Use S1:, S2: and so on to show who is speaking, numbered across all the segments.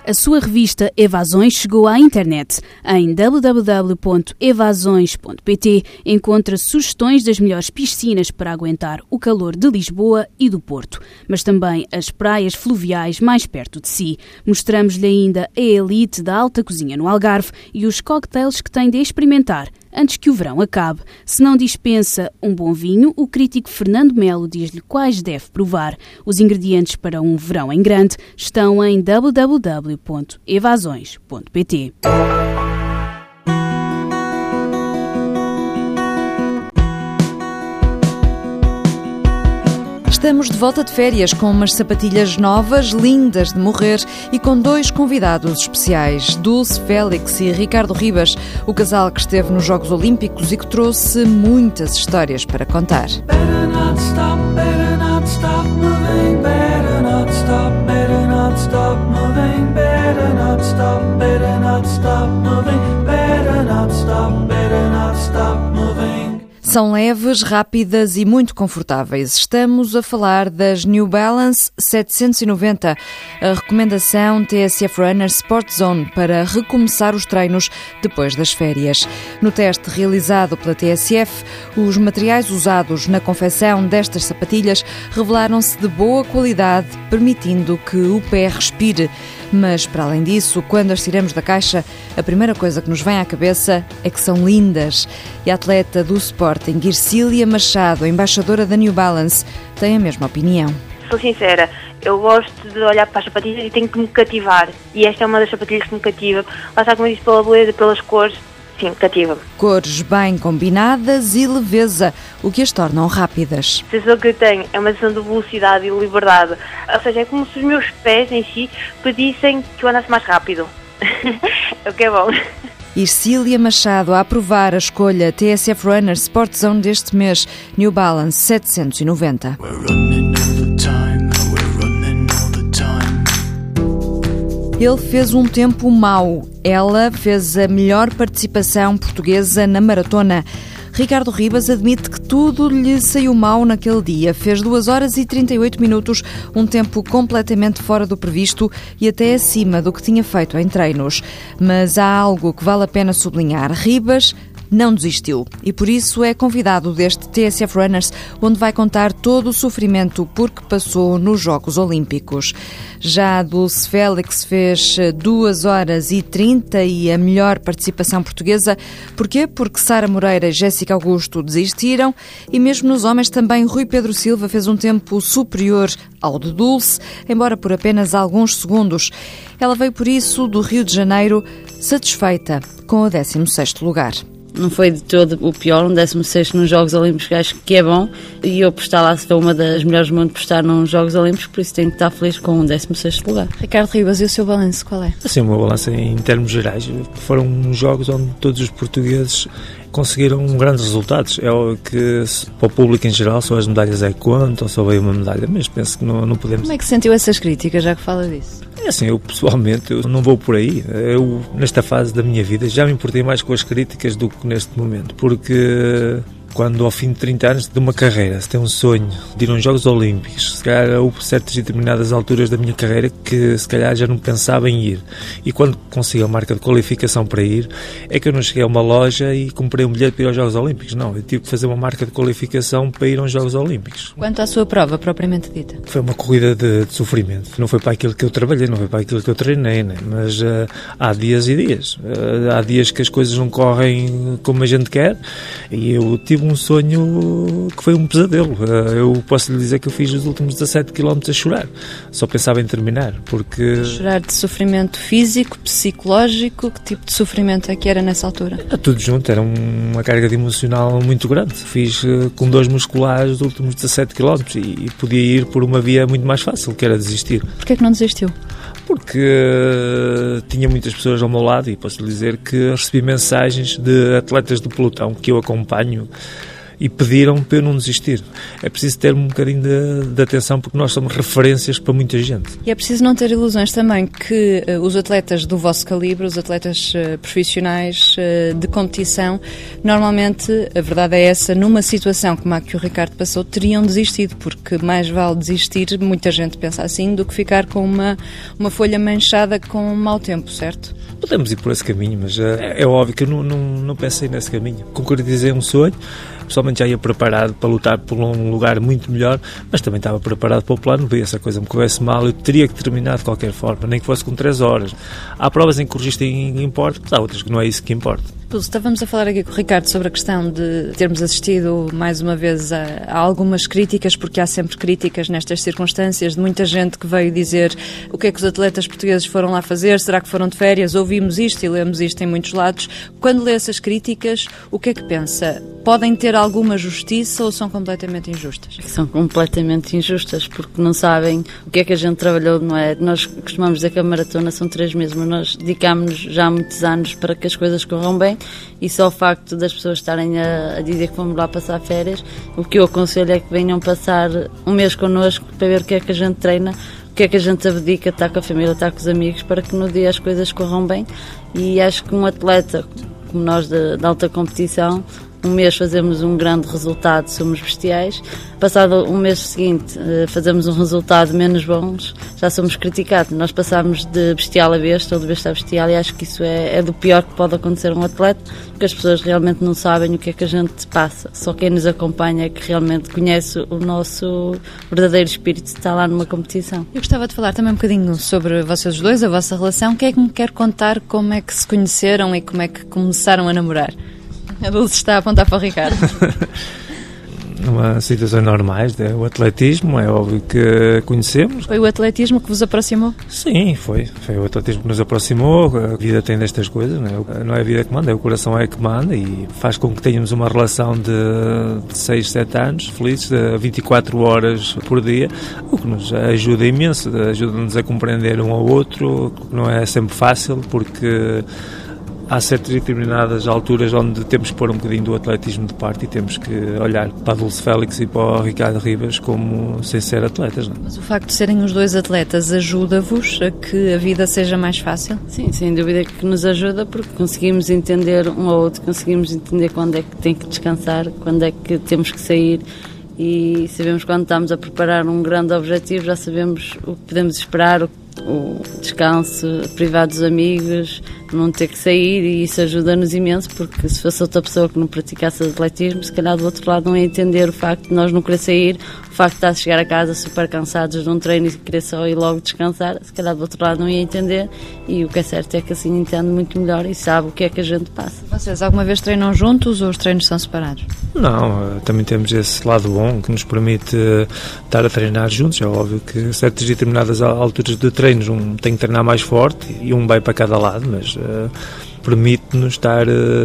S1: A sua revista Evasões chegou à internet. Em www.evasões.pt encontra sugestões das melhores piscinas para aguentar o calor de Lisboa e do Porto, mas também as praias fluviais mais perto de si. Mostramos-lhe ainda a elite da alta cozinha no Algarve e os cocktails que tem de experimentar antes que o verão acabe. Se não dispensa um bom vinho, o crítico Fernando Melo diz-lhe quais deve provar. Os ingredientes para um verão em grande estão em www.evasões.pt.
S2: Estamos de volta de férias com umas sapatilhas novas, lindas de morrer e com dois convidados especiais, Dulce Félix e Ricardo Ribas, o casal que esteve nos Jogos Olímpicos e que trouxe muitas histórias para contar. São leves, rápidas e muito confortáveis. Estamos a falar das New Balance 790, a recomendação TSF Runner Sport Zone para recomeçar os treinos depois das férias. No teste realizado pela TSF, os materiais usados na confecção destas sapatilhas revelaram-se de boa qualidade, permitindo que o pé respire. Mas, para além disso, quando as tiramos da caixa, a primeira coisa que nos vem à cabeça é que são lindas. E a atleta do Sporting, Ercília Machado, embaixadora da New Balance, tem a mesma opinião.
S3: Sou sincera, eu gosto de olhar para as sapatilhas e tenho que me cativar. E esta é uma das sapatilhas que me cativa. Lá está, como eu disse, pela beleza, pelas cores. Sim, cativa-me.
S2: Cores bem combinadas e leveza, o que as tornam rápidas.
S3: A sensação que eu tenho é uma sensação de velocidade e liberdade. Ou seja, é como se os meus pés em si pedissem que eu andasse mais rápido. É o que é bom.
S2: Ercília Machado a aprovar a escolha TSF Runner Sport Zone deste mês, New Balance 790. Ele fez um tempo mau. Ela fez a melhor participação portuguesa na maratona. Ricardo Ribas admite que tudo lhe saiu mal naquele dia. Fez 2 horas e 38 minutos, um tempo completamente fora do previsto e até acima do que tinha feito em treinos. Mas há algo que vale a pena sublinhar. Ribas não desistiu e por isso é convidado deste TSF Runners, onde vai contar todo o sofrimento por que passou nos Jogos Olímpicos. Já a Dulce Félix fez 2 horas e 30 e a melhor participação portuguesa. Porquê? Porque Sara Moreira e Jéssica Augusto desistiram e mesmo nos homens também Rui Pedro Silva fez um tempo superior ao de Dulce, embora por apenas alguns segundos. Ela veio por isso do Rio de Janeiro satisfeita com o 16º lugar.
S4: Não foi de todo o pior, um 16º nos Jogos Olímpicos, acho que é bom. E eu, por estar lá, foi uma das melhores do mundo por estar nos Jogos Olímpicos, por isso tenho que estar feliz com um 16º lugar.
S2: Ricardo Ribas, e o seu balanço qual é?
S5: Assim, o meu balanço em termos gerais. Foram jogos onde todos os portugueses conseguiram grandes resultados. É o que, para o público em geral, só as medalhas é que contam, só veio uma medalha, mas penso que não podemos...
S2: Como é que sentiu essas críticas, já que fala disso?
S5: É assim, eu pessoalmente eu não vou por aí. Eu, nesta fase da minha vida, já me importei mais com as críticas do que neste momento, porque quando ao fim de 30 anos de uma carreira se tem um sonho de ir aos Jogos Olímpicos, se calhar houve certas e determinadas alturas da minha carreira que se calhar já não pensava em ir, e quando consegui a marca de qualificação para ir, é que eu não cheguei a uma loja e comprei um bilhete para ir aos Jogos Olímpicos. Não, eu tive que fazer uma marca de qualificação para ir aos Jogos Olímpicos.
S2: Quanto à sua prova propriamente dita?
S5: Foi uma corrida de sofrimento, não foi para aquilo que eu trabalhei, não foi para aquilo que eu treinei, né? Mas há dias e dias, há dias que as coisas não correm como a gente quer, e eu tive um sonho que foi um pesadelo. Eu posso lhe dizer que eu fiz os últimos 17 km a chorar, só pensava em terminar, porque...
S2: Chorar de sofrimento físico, psicológico, que tipo de sofrimento é que era nessa altura?
S5: Tudo junto, era uma carga de emocional muito grande. Fiz com dores musculares os últimos 17 km e podia ir por uma via muito mais fácil, que era desistir.
S2: Porquê é que não desistiu?
S5: Porque tinha muitas pessoas ao meu lado e posso lhe dizer que recebi mensagens de atletas do pelotão que eu acompanho e pediram para eu não desistir. É preciso ter um bocadinho de atenção, porque nós somos referências para muita gente.
S2: E é preciso não ter ilusões também que os atletas do vosso calibre, os atletas profissionais de competição, normalmente, a verdade é essa, numa situação como a que o Ricardo passou, teriam desistido, porque mais vale desistir, muita gente pensa assim, do que ficar com uma folha manchada com mau tempo, certo?
S5: Podemos ir por esse caminho, mas é óbvio que eu não pensei nesse caminho. Concretizei um sonho, pessoalmente já ia preparado para lutar por um lugar muito melhor, mas também estava preparado para o plano B. Se a coisa me corresse mal, eu teria que terminar de qualquer forma, nem que fosse com 3 horas. Há provas em que o registro importa, mas há outras que não é isso que importa.
S2: Estávamos a falar aqui com o Ricardo sobre a questão de termos assistido mais uma vez a algumas críticas, porque há sempre críticas nestas circunstâncias, de muita gente que veio dizer o que é que os atletas portugueses foram lá fazer, será que foram de férias, ouvimos isto e lemos isto em muitos lados. Quando lê essas críticas, o que é que pensa? Podem ter alguma justiça ou são completamente injustas?
S4: São completamente injustas, porque não sabem o que é que a gente trabalhou, não é? Nós costumamos dizer que a maratona são 3 meses, mas nós dedicámos-nos já há muitos anos para que as coisas corram bem. E só o facto das pessoas estarem a dizer que vamos lá passar férias, o que eu aconselho é que venham passar um mês connosco para ver o que é que a gente treina, o que é que a gente abdica, está com a família, está com os amigos, para que no dia as coisas corram bem. E acho que um atleta como nós de alta competição, um mês fazemos um grande resultado, somos bestiais. Passado um mês seguinte, fazemos um resultado menos bom, já somos criticados. Nós passamos de bestial a besta, ou de besta a bestial, e acho que isso é do pior que pode acontecer a um atleta, porque as pessoas realmente não sabem o que é que a gente passa. Só quem nos acompanha é que realmente conhece o nosso verdadeiro espírito de estar lá numa competição.
S2: Eu gostava de falar também um bocadinho sobre vocês dois, a vossa relação. Quem é que me quer contar como é que se conheceram e como é que começaram a namorar? A Dulce está a apontar para o Ricardo.
S5: Numa situações normais, o atletismo, é óbvio que conhecemos.
S2: Foi o atletismo que vos aproximou?
S5: Sim, foi o atletismo que nos aproximou. A vida tem destas coisas, não é a vida que manda, é o coração é que manda, e faz com que tenhamos uma relação de 6, 7 anos, felizes, 24 horas por dia, o que nos ajuda imenso, ajuda-nos a compreender um ao outro, não é sempre fácil, porque há certas determinadas alturas onde temos que pôr um bocadinho do atletismo de parte e temos que olhar para a Dulce Félix e para o Ricardo Ribas como sem ser atletas. Não?
S2: Mas o facto de serem os dois atletas ajuda-vos a que a vida seja mais fácil?
S4: Sim, sem dúvida que nos ajuda, porque conseguimos entender um ao outro, conseguimos entender quando é que tem que descansar, quando é que temos que sair, e sabemos quando estamos a preparar um grande objetivo, já sabemos o que podemos esperar, o descanso, privar dos amigos, não ter que sair, e isso ajuda-nos imenso, porque se fosse outra pessoa que não praticasse atletismo, se calhar do outro lado não ia entender o facto de nós não querer sair, o facto de estar a chegar a casa super cansados de um treino e querer só ir logo descansar, se calhar do outro lado não ia entender, e o que é certo é que assim entende muito melhor e sabe o que é que a gente passa.
S2: Vocês alguma vez treinam juntos ou os treinos são separados?
S5: Não, também temos esse lado bom que nos permite estar a treinar juntos. É óbvio que certas determinadas alturas de treinos um tem que treinar mais forte e um vai para cada lado, mas permite-nos estar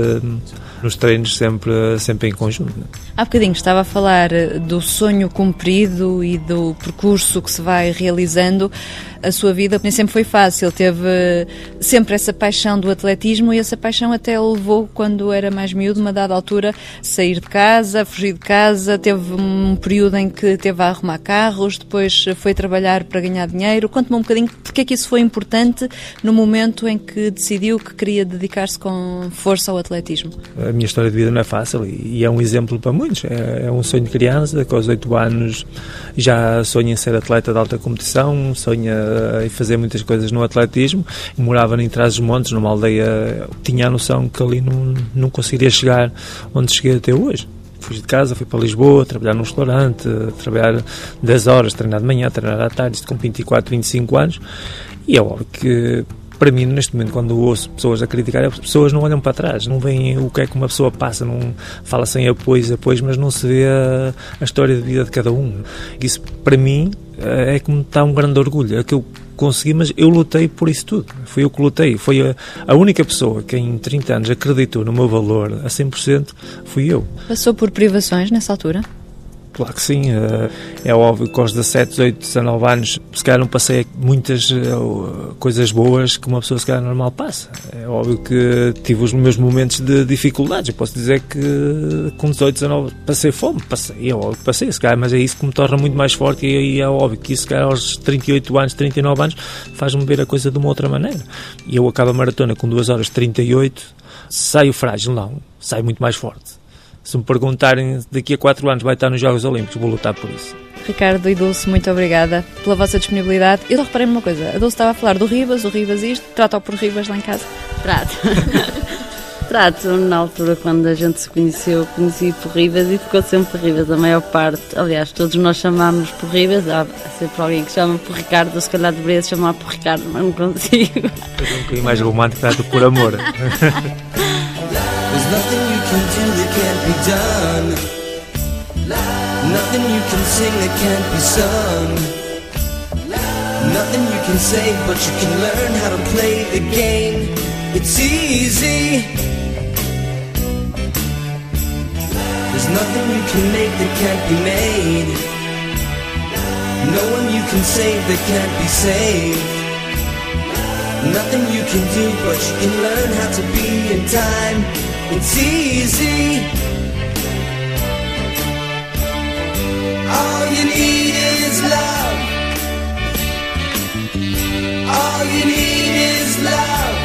S5: nos treinos sempre em conjunto.
S2: Há bocadinho estava a falar do sonho cumprido e do percurso que se vai realizando. A sua vida nem sempre foi fácil, teve sempre essa paixão do atletismo, e essa paixão até o levou, quando era mais miúdo, uma dada altura, sair de casa, fugir de casa, teve um período em que teve a arrumar carros, depois foi trabalhar para ganhar dinheiro. Conte-me um bocadinho porque é que isso foi importante no momento em que decidiu que queria dedicar-se com força ao atletismo.
S5: A minha história de vida não é fácil e é um exemplo para muitos. É um sonho de criança, que aos 8 anos já sonha em ser atleta de alta competição, sonha em fazer muitas coisas no atletismo. Morava em Trás-os-Montes, numa aldeia, tinha a noção que ali não conseguiria chegar onde cheguei até hoje. Fui de casa, fui para Lisboa, trabalhar num restaurante, trabalhar 10 horas, treinar de manhã, treinar à tarde, isto com 24, 25 anos, e é óbvio que para mim, neste momento, quando ouço pessoas a criticar, as pessoas não olham para trás, não veem o que é que uma pessoa passa, não fala-se em apoios, mas não se vê a história de vida de cada um. Isso, para mim, é que me dá um grande orgulho, é que eu consegui, mas eu lutei por isso tudo. Fui eu que lutei, foi a única pessoa que em 30 anos acreditou no meu valor a 100%, fui eu.
S2: Passou por privações nessa altura?
S5: Claro que sim, é óbvio que aos 17, 18, 19 anos se calhar não passei muitas coisas boas que uma pessoa se calhar normal passa. É óbvio que tive os meus momentos de dificuldades, eu posso dizer que com 18, 19 passei fome, é óbvio que passei, se calhar, mas é isso que me torna muito mais forte e é óbvio que isso se calhar aos 38 anos, 39 anos faz-me ver a coisa de uma outra maneira. E eu acabo a maratona com 2h38, saio frágil, não, saio muito mais forte. Se me perguntarem daqui a 4 anos vai estar nos Jogos Olímpicos, vou lutar por isso.
S2: Ricardo e Dulce, muito obrigada pela vossa disponibilidade. Eu reparei numa coisa, a Dulce estava a falar do Ribas, o Ribas isto, trata-o por Ribas lá em casa?
S4: Trato, na altura quando a gente se conheceu, conheci por Ribas e ficou sempre Ribas, a maior parte, aliás, todos nós chamámos por Ribas, há sempre alguém que chama por Ricardo, eu se calhar deveria se chamar por Ricardo, mas não consigo.
S5: É um bocadinho mais romântico, trato por amor.
S6: There's nothing you can do that can't be done. Nothing you can sing that can't be sung. Nothing you can say, but you can learn how to play the game. It's easy. There's nothing you can make that can't be made. No one you can save that can't be saved. Nothing you can do, but you can learn how to be in time. It's easy. All you need is love. All you need is love.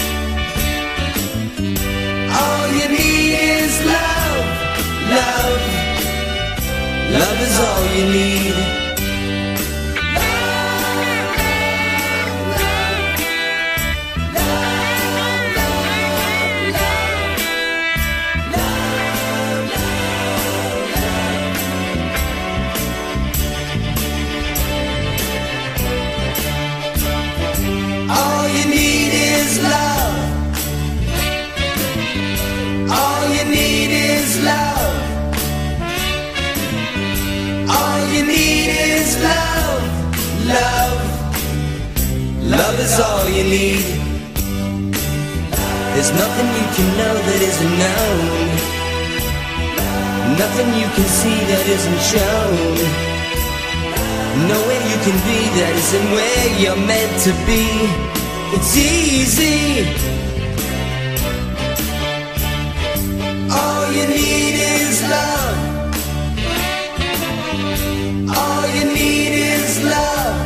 S6: All you need is love. Love. Love is all you need. All you need is love. All you need is love. All you need is love. Love. Love is all you need. There's nothing you can know that isn't known. Nothing you can see that isn't shown. Nowhere you can be that isn't where you're meant to be. It's easy. All you need is love. All you need is love.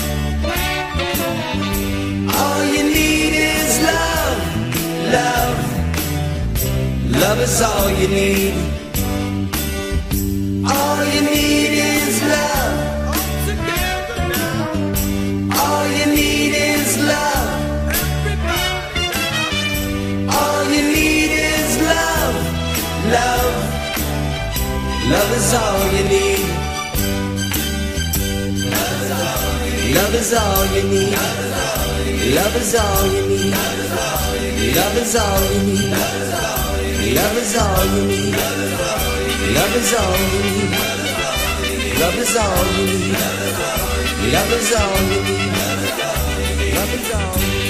S6: All you need is love. Love. Love is all you need. All you need is love. All you need is love. All you need is love. Love. Love is all you need. Love is all you need. Love is all you need. Love is all you need. Love is all you need. Love is all you need. Love is all you need. Love is all you need. Love is all you need.